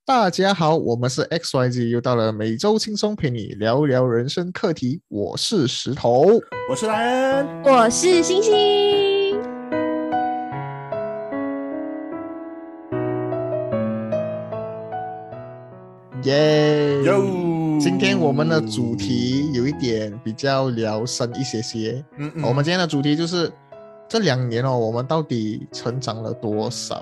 大家好，我们是 XYZ，又到了每周轻松陪你聊聊人生课题。我是石头， 我是莱恩。 我是星星。 耶、 哟， 今天我们的主题有一点比较聊深一些。我们今天的主题就是这2年哦，我们到底成长了多少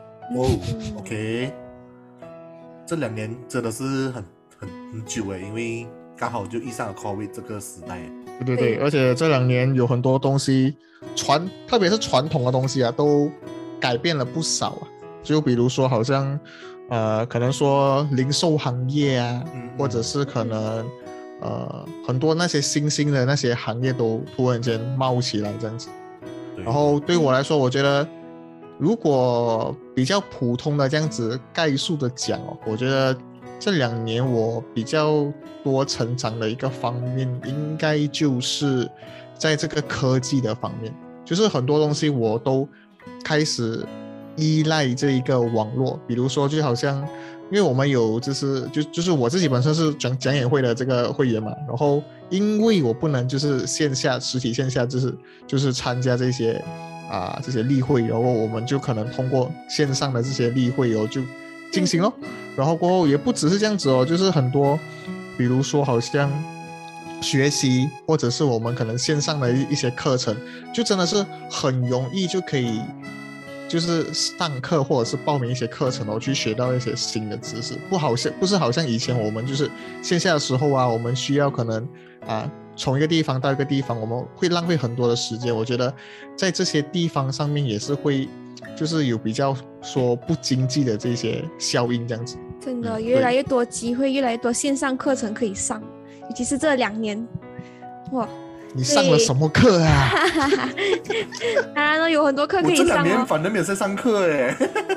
？OK， 这2年真的是很久诶，因为刚好就遇上了 COVID 这个时代。 对，而且这2年有很多东西特别是传统的东西啊，都改变了不少啊。就比如说好像可能说零售行业啊，或者是可能很多那些新兴的那些行业都突然间冒起来这样子。然后对我来说，我觉得如果比较普通的这样子概述的讲哦，我觉得这2年我比较多成长的一个方面，应该就是在这个科技的方面，就是很多东西我都开始依赖这一个网络。比如说就好像因为我们有就是我自己本身是讲演会的这个会员嘛，然后因为我不能就是实体线下就是参加这些例会，然后我们就可能通过线上的这些例会然后就进行咯。然后过后也不只是这样子哦，就是很多比如说好像学习或者是我们可能线上的一些课程，就真的是很容易就可以就是上课或者是报名一些课程去学到一些新的知识。不是好像以前我们就是线下的时候啊，我们需要可能从一个地方到一个地方，我们会浪费很多的时间。我觉得在这些地方上面也是会就是有比较说不经济的这些效应这样子。 真的越来越多机会，越来越多线上课程可以上，尤其是这2年，哇！ 你上了什么课啊？ 当然了，有很多课可以上。 我这2年反正没有在上课诶。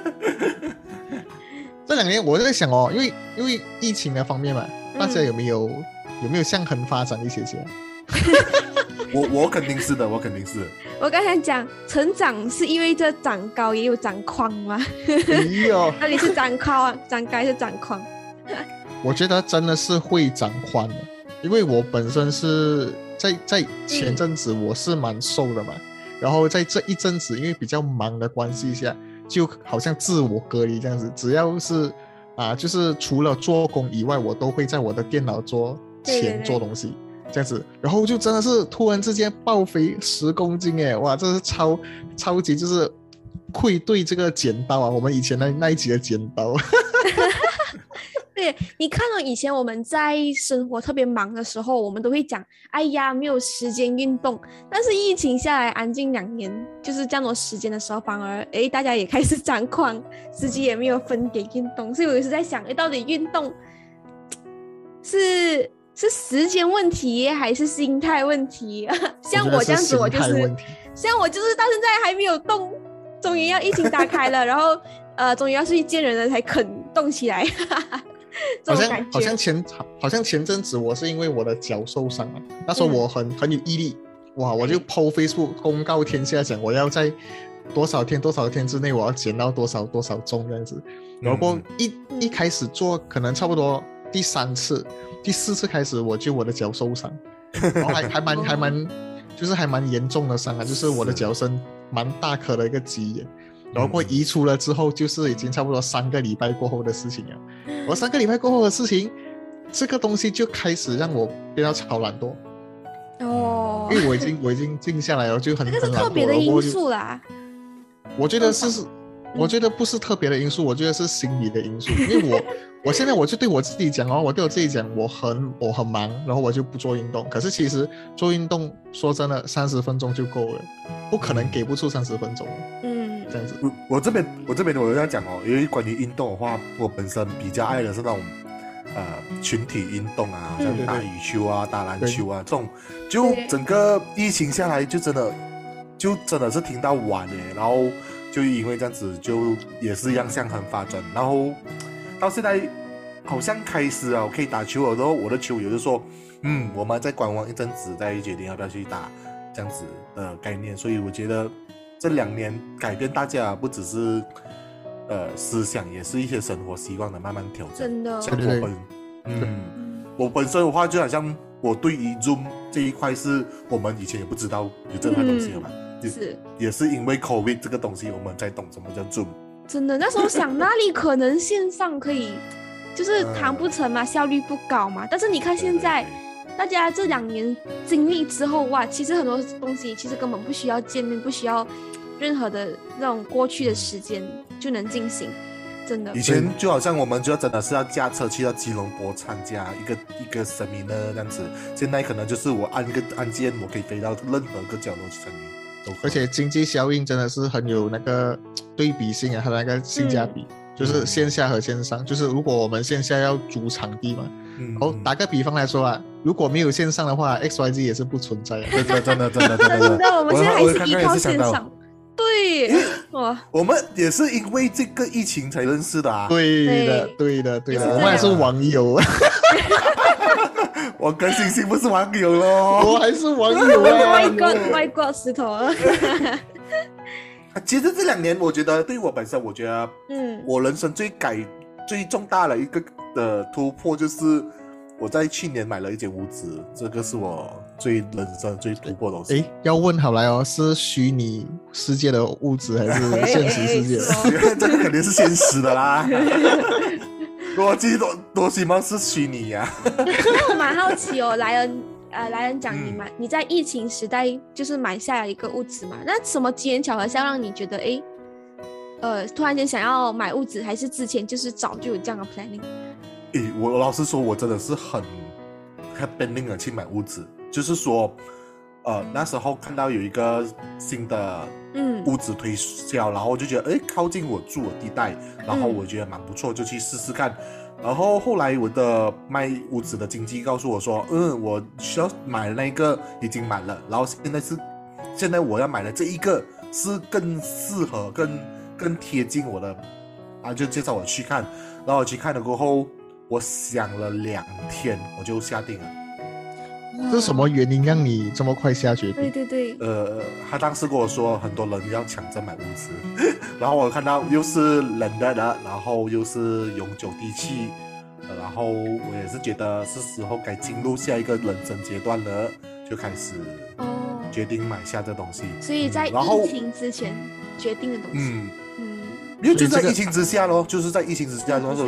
这2年我在想哦，因为疫情的方面嘛，大家有没有向横发展一些？ 我肯定是的，我肯定是。 我刚才讲成长是意味着长高，也有长宽吗？到底是长高还是长宽？ 我觉得真的是会长宽的，因为我本身是在前阵子我是蛮瘦的嘛，然后在这一阵子因为比较忙的关系下，就好像自我隔离这样子，只要是就是除了做工以外，我都会在我的电脑桌前做东西这样子，然后就真的是突然之间爆肥10公斤耶！哇，这是超级就是愧对这个剪刀啊，我们以前那一集的剪刀。 对，你看到以前我们在生活特别忙的时候，我们都会讲哎呀没有时间运动，但是疫情下来安静2年，就是这样多时间的时候，反而大家也开始长宽，自己也没有分给运动。所以我也是在想到底运动是时间问题还是心态问题？像我这样子，像我就是到现在还没有动，终于要疫情打开了，然后终于要去见人了才肯动起来。 好像前阵子我是因为我的脚受伤了，那时候我很有毅力，哇，我就 po Facebook 公告天下讲我要在多少天之内我要减到多少重这样子。然后一开始做可能差不多第3次第4次开始我的脚受伤，然后还蛮严重的伤啊，就是我的脚生蛮大颗的一个鸡眼。然后移除了之后，就是已经差不多3个礼拜过后的事情了。而3个礼拜过后的事情，这个东西就开始让我变得超懒惰。 哦， 因为我已经静下来了，就很这个是特别的因素啦。 我觉得不是特别的因素，我觉得是心理的因素。因为我现在我就对我自己讲我对我自己讲我很忙，然后我就不做运动。可是其实做运动说真的30分钟就够了，不可能给不出30分钟。这样子。 我这边我要讲因为关于运动的话，我本身比较爱的是那种群体运动啊，像打羽球啊、打篮球啊这种。就整个疫情下来，就真的是听到晚然后就因为这样子，就也是一样向横发展，然后到现在好像开始可以打球了，然后我的球友就说，我们再观望一阵子，再决定要不要去打这样子的概念。所以我觉得这2年改变大家不只是思想，也是一些生活习惯的慢慢调整。 真的， 像我本身的话，就好像我对于 Zoom 这一块是我们以前也不知道有这块东西了嘛，也是因为 COVID 这个东西，我们才懂什么叫 Zoom。 真的，那时候想哪里可能线上可以，就是谈不成嘛，效率不高嘛。但是你看现在，大家这2年经历之后，哇，其实很多东西其实根本不需要见面，不需要任何的那种过去的时间就能进行。真的， 以前就好像我们就真的是要驾车去到吉隆坡参加一个 seminar 这样子，现在可能就是我按键，我可以飞到任何一个角落去参与。 而且经济效应真的是很有那个对比性啊，它的那个性价比，就是线下和线上。就是如果我们线下要租场地嘛，然后打个比方来说啊，如果没有线上的话 ，XYZ 也是不存在的。 真的， 我们现在还是依靠线上。对，哇， 我们也是因为这个疫情才认识的啊。 对的，我们还是网友。 我跟星星不是网友咯， 我还是网友啊。 外挂石头了。 其实这2年，我觉得对我本身，我觉得，我人生最重大的一个的突破，就是我在去年买了一间屋子，这个是我人生最突破的东西。 要问好来哦，是虚拟世界的屋子还是现实世界的？ 这个肯定是现实的啦。我记得多希望是虚拟呀。 我蛮好奇哦，莱恩讲你在疫情时代就是买下了一个屋子嘛？那什么机缘巧合下让你觉得突然间想要买屋子，还是之前就是早就有这样的 planning？ 我老实说，我真的是很 planning 的去买屋子，就是说，那时候看到有一个新的屋子推销，然后我就觉得靠近我住的地带，然后我觉得蛮不错，就去试试看。然后后来我的卖屋子的经纪告诉我说，我需要买的那个已经满了，然后现在我要买的这一个是更适合、更贴近我的，就介绍我去看。然后我去看了过后，我想了2天，我就下定了。 是什么原因让你这么快下决定？ 对。 他当时跟我说，很多人要抢着买屋子，然后我看到又是冷的，然后又是永久地契，然后我也是觉得是时候该进入下一个人生阶段了，就开始决定买下这东西。 所以在疫情之前决定的东西。 因为就在疫情之下咯，就是在疫情之下，那时候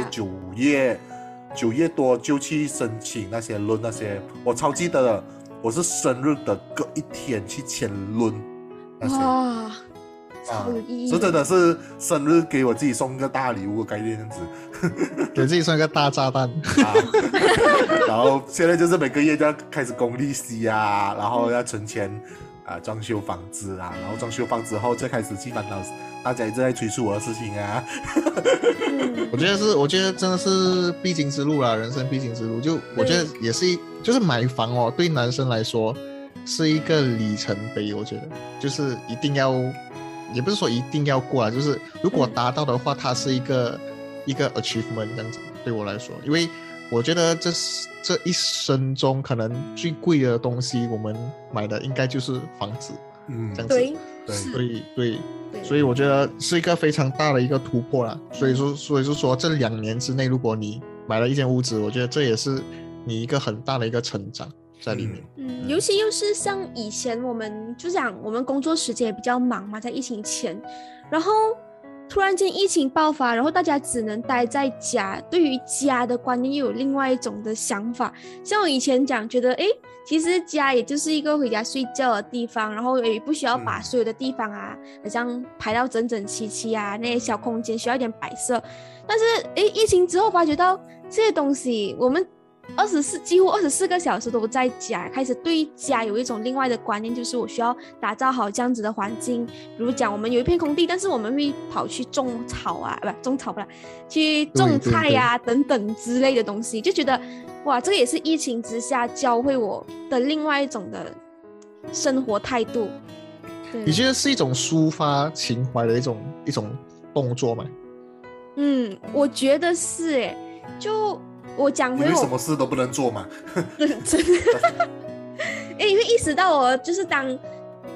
9月多就去申请那些 loan 那些，我超记得的，我是生日的隔1天去签 loan 那些。 哇，超有意义。 这真的是生日给我自己送一个大礼物的概念，这样子。 给自己送一个大炸弹。 然后现在就是每个月就要开始供利息啊，然后要存钱装修房子啊，然后装修房子后再开始去烦恼大家一直在催促我的事情啊。 我觉得真的是必经之路啦，人生必经之路。就我觉得也是就是买房哦，对男生来说是一个里程碑。我觉得就是一定要，也不是说一定要过啦，就是如果达到的话，它是一个 achievement 这样子。对我来说，因为我觉得这一生中可能最贵的东西，我们买的应该就是房子。这样子。对，所以我觉得是一个非常大的一个突破啦。所以说这2年之内，如果你买了一间屋子，我觉得这也是你一个很大的一个成长在里面。 尤其又是像以前我们就讲，我们工作时间也比较忙嘛，在疫情前，然后突然间疫情爆发，然后大家只能待在家，对于家的观念又有另外一种的想法。像我以前讲，觉得其实家也就是一个回家睡觉的地方，然后也不需要把所有的地方好像排到整整齐齐啊，那些小空间需要一点摆设。但是疫情之后发觉到这些东西，我们几乎24个小时都在家，开始对家有一种另外的观念，就是我需要打造好这样子的环境。比如讲我们有一片空地，但是我们会跑去种草去种菜呀等等之类的东西，就觉得哇，这个也是疫情之下教会我的另外一种的生活态度。 你觉得是一种抒发情怀的一种动作吗？ 我觉得是就我讲回因为什么事都不能做嘛。 真的。因为意识到我就是当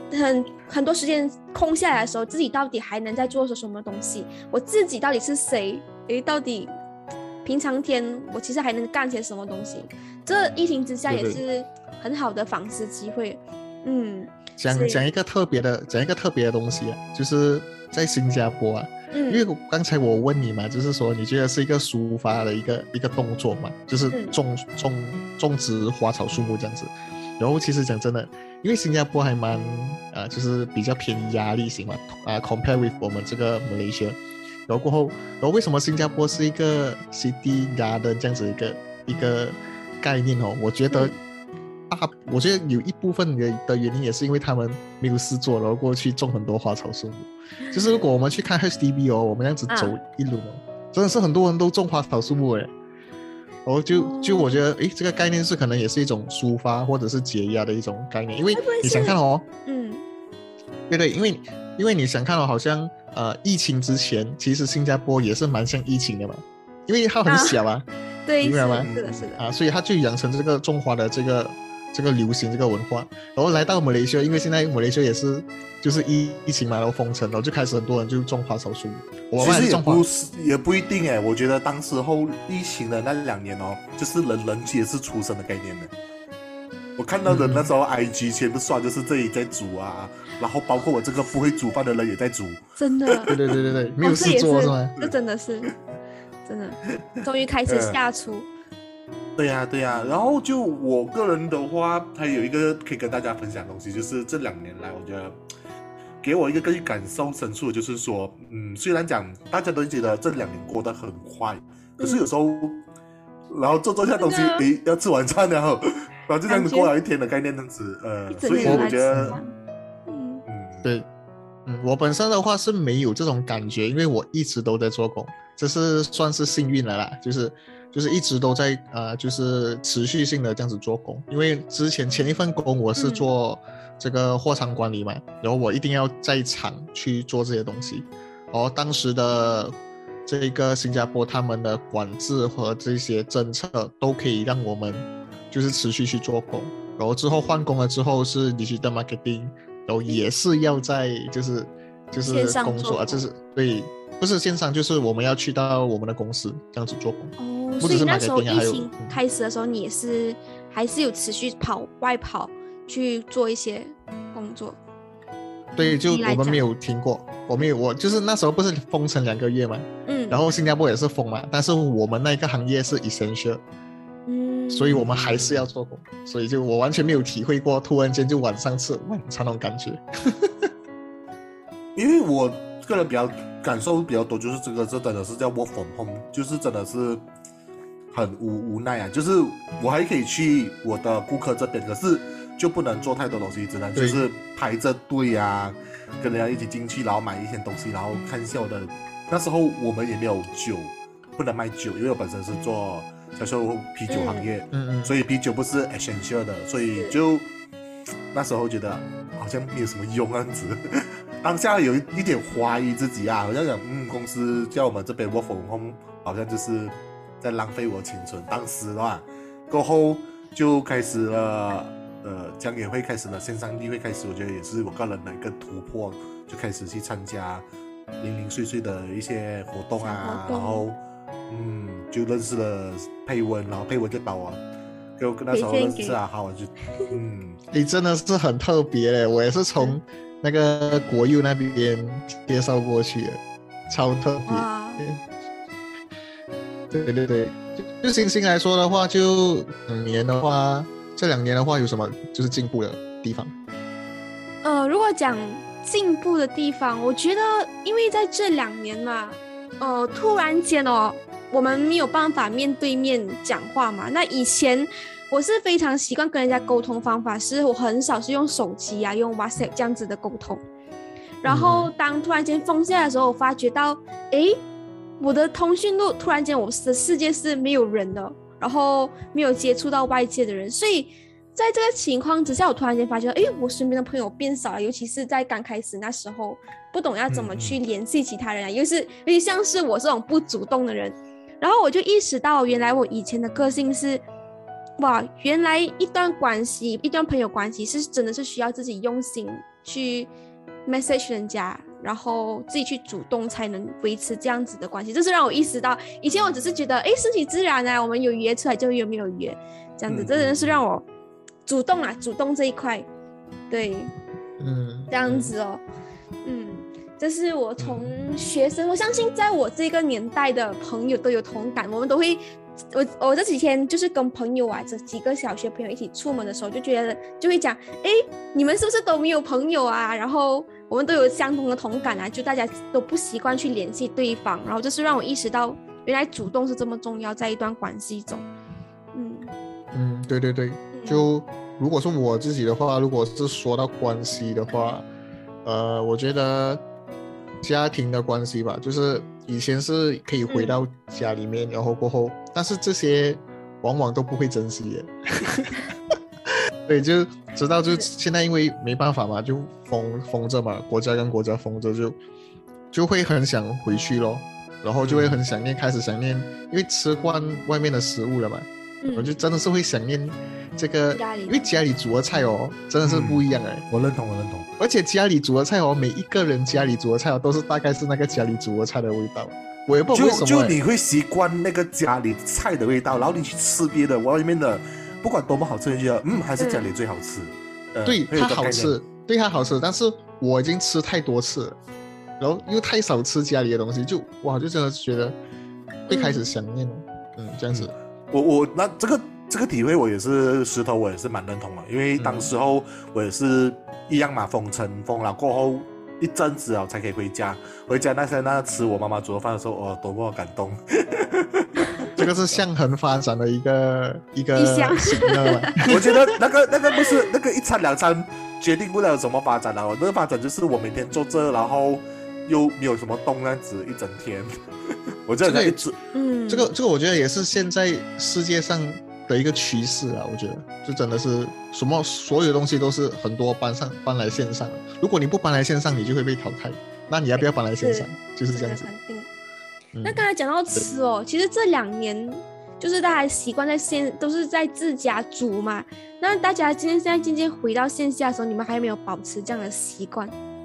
很多时间空下来的时候，自己到底还能在做什么东西？我自己到底是谁？到底平常天我其实还能干些什么东西？这疫情之下也是很好的反思机会。讲一个特别的东西啊，就是在新加坡啊，因为刚才我问你嘛，就是说你觉得是一个抒发的一个动作嘛，就是种植花草树木这样子。然后其实讲真的，因为新加坡还蛮就是比较偏压力型嘛，compare with 我们这个 Malaysia。然后为什么新加坡是一个 city garden 这样子一个概念哦？我觉得有一部分的原因也是因为他们没有事做，然后过去种很多花草树木。就是如果我们去看 HDB 哦，我们这样子走一路哦，真的是很多人都种花草树木诶。然后就我觉得这个概念是可能也是一种抒发或者是解压的一种概念，因为你想看哦，对，因为你想看哦，好像疫情之前其实新加坡也是蛮像疫情的嘛，因为它很小啊， 对， 明白吗？ 是的所以它就养成这个种花的这个流行这个文化，然后来到马来西亚，因为现在马来西亚也是就是疫情嘛，然后封城，然后就开始很多人就种花草树木。 其实也不一定我觉得当时候疫情的那2年哦，就是人皆是出生的概念的。我看到的那时候 IG 全部刷就是这里在煮啊，然后包括我这个不会煮饭的人也在煮， 真的。 对，没有事做是吗？ 这真的是真的，终于开始下厨。 对呀，然后就我个人的话，还有一个可以跟大家分享的东西，就是这2年来，我觉得给我一个更感受深处的就是说，虽然讲大家都觉得这2年过得很快，可是有时候，然后做下东西，要吃晚餐然后就这样子过了一天的概念，这样子，所以我觉得， 对，我本身的话是没有这种感觉，因为我一直都在做工，这是算是幸运了啦，就是一直都在就是持续性的这样子做工，因为前一份工我是做这个货仓管理嘛，然后我一定要在场去做这些东西，然后当时的这个新加坡他们的管制和这些政策都可以让我们就是持续去做工，然后之后换工了之后是 digital marketing， 然后也是要在就是工作就是对，不是线上，就是我们要去到我们的公司这样子做工。 所以那时候疫情开始的时候，你也是还是有持续外跑去做一些工作。 对，就我们没有停过，我就是那时候不是封城2个月嘛，然后新加坡也是封嘛，但是我们那个行业是 essential，所以我们还是要做工，所以就我完全没有体会过突然间就晚上吃晚餐那种感觉。 因为我个人感受比较多，就是这真的是叫 work from home， 就是真的是很无奈啊，就是我还可以去我的顾客这边，可是就不能做太多东西，只能就是排着队啊，跟人家一起进去，然后买一些东西，然后看笑的。那时候我们也没有酒，不能卖酒，因为我本身是做销售啤酒行业，所以啤酒不是 essential 的，所以就那时候觉得好像没有什么用样子。当下有一点怀疑自己啊，好像讲公司叫我们这边 work from home， 好像就是在浪费我青春。当时的话，过后就开始了讲演会开始了，线上例会开始，我觉得也是我个人的一个突破，就开始去参加零零碎碎的一些活动啊，然后就认识了佩文，然后佩文就把我跟那时候认识啊，好，我就你真的是很特别嘞，我也是从那个国佑那边介绍过去的，超特别。对，就星星来说的话，就这2年的话有什么就是进步的地方？ 如果讲进步的地方，我觉得因为在这2年嘛，突然间我们没有办法面对面讲话嘛。那以前我是非常习惯跟人家沟通方法，是我很少是用手机啊，用 WhatsApp 这样子的沟通。然后当突然间封下来的时候，我发觉到，我的通讯录突然间我的世界是没有人的，然后没有接触到外界的人，所以在这个情况之下，我突然间发觉，我身边的朋友变少了，尤其是在刚开始那时候，不懂要怎么去联系其他人啊，尤其像是我这种不主动的人，然后我就意识到，原来我以前的个性是，原来一段朋友关系是真的是需要自己用心去 message 人家，然后自己去主动才能维持这样子的关系。这是让我意识到，以前我只是觉得顺其自然啊，我们有约出来就有没有约这样子，这真的是让我主动这一块，对，这样子哦，这是我从学生，我相信在我这个年代的朋友都有同感，我们都会，我这几天就是跟朋友啊，这几个小学朋友一起出门的时候，就会讲，你们是不是都没有朋友啊？然后我们都有相同的同感啊，就大家都不习惯去联系对方，然后这是让我意识到，原来主动是这么重要，在一段关系中。 对对对，就如果是我自己的话，如果是说到关系的话，我觉得家庭的关系吧，就是以前是可以回到家里面，然后过后，但是这些往往都不会珍惜的。对，就直到就现在因为没办法嘛，就封着嘛，国家跟国家封着，就会很想回去咯，然后就会很想念，开始想念，因为吃惯外面的食物了嘛，我就真的是会想念这个，因为家里煮的菜哦，真的是不一样哎。 我认同。 而且家里煮的菜哦，每一个人家里煮的菜哦，都是大概是那个家里煮的菜的味道。我也不知道为什么， 就你会习惯那个家里菜的味道，然后你去吃别的外面的，不管多么好吃，你觉得还是家里最好吃。 对，它好吃，它好吃，但是我已经吃太多次了，然后又太少吃家里的东西，就真的觉得会开始想念了。这样子。 我那这个体会我也是石头，我也是蛮认同的，因为当时候我也是一样嘛，封了过后一阵子啊才可以回家那吃我妈妈煮的饭的时候，多么感动。 这个是向横发展的一个行了。 我觉得那个不是那个一餐两餐决定不了什么发展了，我那个发展就是我每天坐这，然后又没有什么动那样子一整天。我觉得这个我觉得也是现在世界上的一个趋势啊，我觉得就真的是所有东西都是很多搬来线上，如果你不搬来线上，你就会被淘汰。那你要不要搬来线上？就是这样子。 那刚才讲到吃哦，其实这2年就是大家习惯都是在自家煮嘛。那大家现在渐渐回到线下的时候，你们还有没有保持这样的习惯？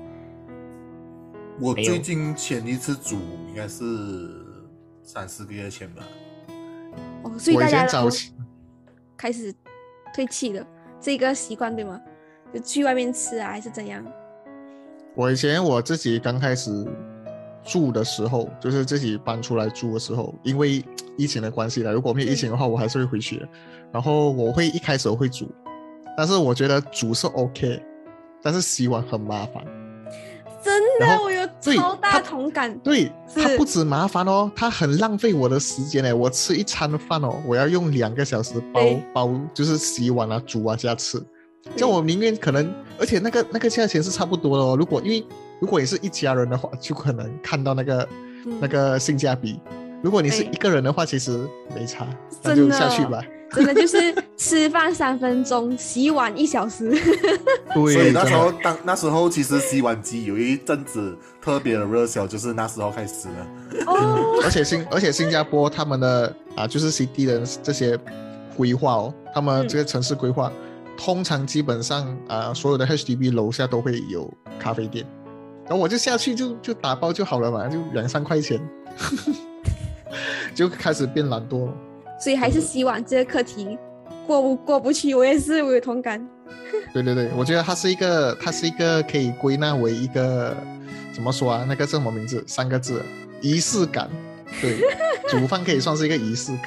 我最近前一次煮应该是3-4个月前吧。 所以大家都开始退弃了这个习惯，对吗？就去外面吃啊，还是怎样？ 以前我自己刚开始住的时候，就是自己搬出来住的时候，因为疫情的关系了，如果没有疫情的话，我还是会回去的。然后一开始我会煮，但是我觉得煮是 OK， 但是洗碗很麻烦。 真的，我有超大同感。 对，它不止麻烦哦，它很浪费我的时间哎。我吃一餐饭哦，我要用2个小时包，就是洗碗啊、煮啊加吃。这样我宁愿可能，而且那个价钱是差不多的哦。如果你是一家人的话，就可能看到那个性价比。如果你是一个人的话，其实没差，那就下去吧。 真的就是吃饭3分钟，洗碗1小时。 对，所以那时候其实洗碗机有一阵子特别的热销，就是那时候开始了。 而且新加坡他们的就是 CD 的这些规划哦，他们这个城市规划，通常基本上所有的 HDB 楼下都会有咖啡店，然后我就下去就打包就好了嘛，就2-3块钱，就开始变懒惰了。 所以还是洗碗这个课题过不去，我有同感。 对对对，我觉得它是一个可以归纳为一个怎么说啊？那个是什么名字？3个字，仪式感。对，煮饭可以算是一个仪式感。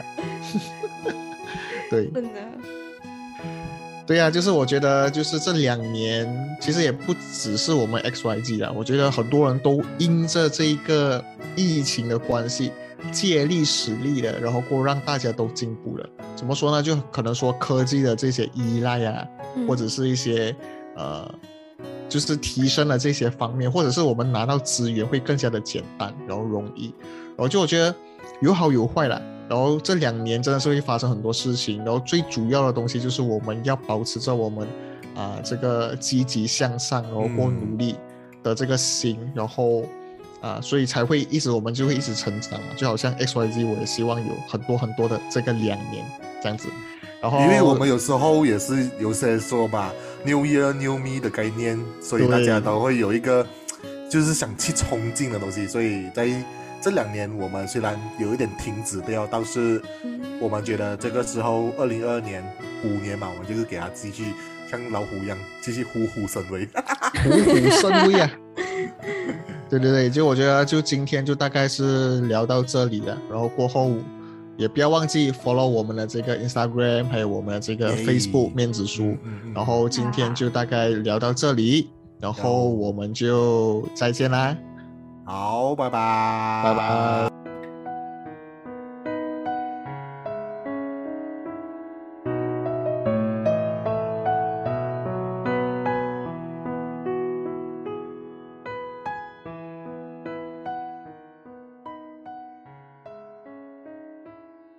对， 真的。 对啊，就是我觉得就是这2年，其实也不只是我们 XYG 啊，我觉得很多人都因着这一个疫情的关系，借力使力的，然后让大家都进步了。怎么说呢？就可能说科技的这些依赖啊，或者是一些就是提升了这些方面，或者是我们拿到资源会更加的简单，然后容易。然后我觉得有好有坏啦。然后这2年真的是会发生很多事情，然后最主要的东西就是我们要保持着我们这个积极向上，然后过努力的这个心，然后所以才会我们就会一直成长嘛。就好像 XYZ 我也希望有很多很多的这个2年这样子， 然后因为我们有时候也是有些说嘛 New Year New Me 的概念，所以大家都会有一个就是想去冲劲的东西，所以在这2年我们虽然有一点停止掉，但是我们觉得这个时候2022年虎年嘛，我们就是给它继续像老虎一样继续虎虎生威。 虎虎生威啊！对对对，就我觉得就今天就大概是聊到这里了，然后过后也不要忘记 follow 我们的这个 Instagram 还有我们的这个 Facebook 面子书，然后今天就大概聊到这里，然后我们就再见啦， 好，拜拜， 拜拜。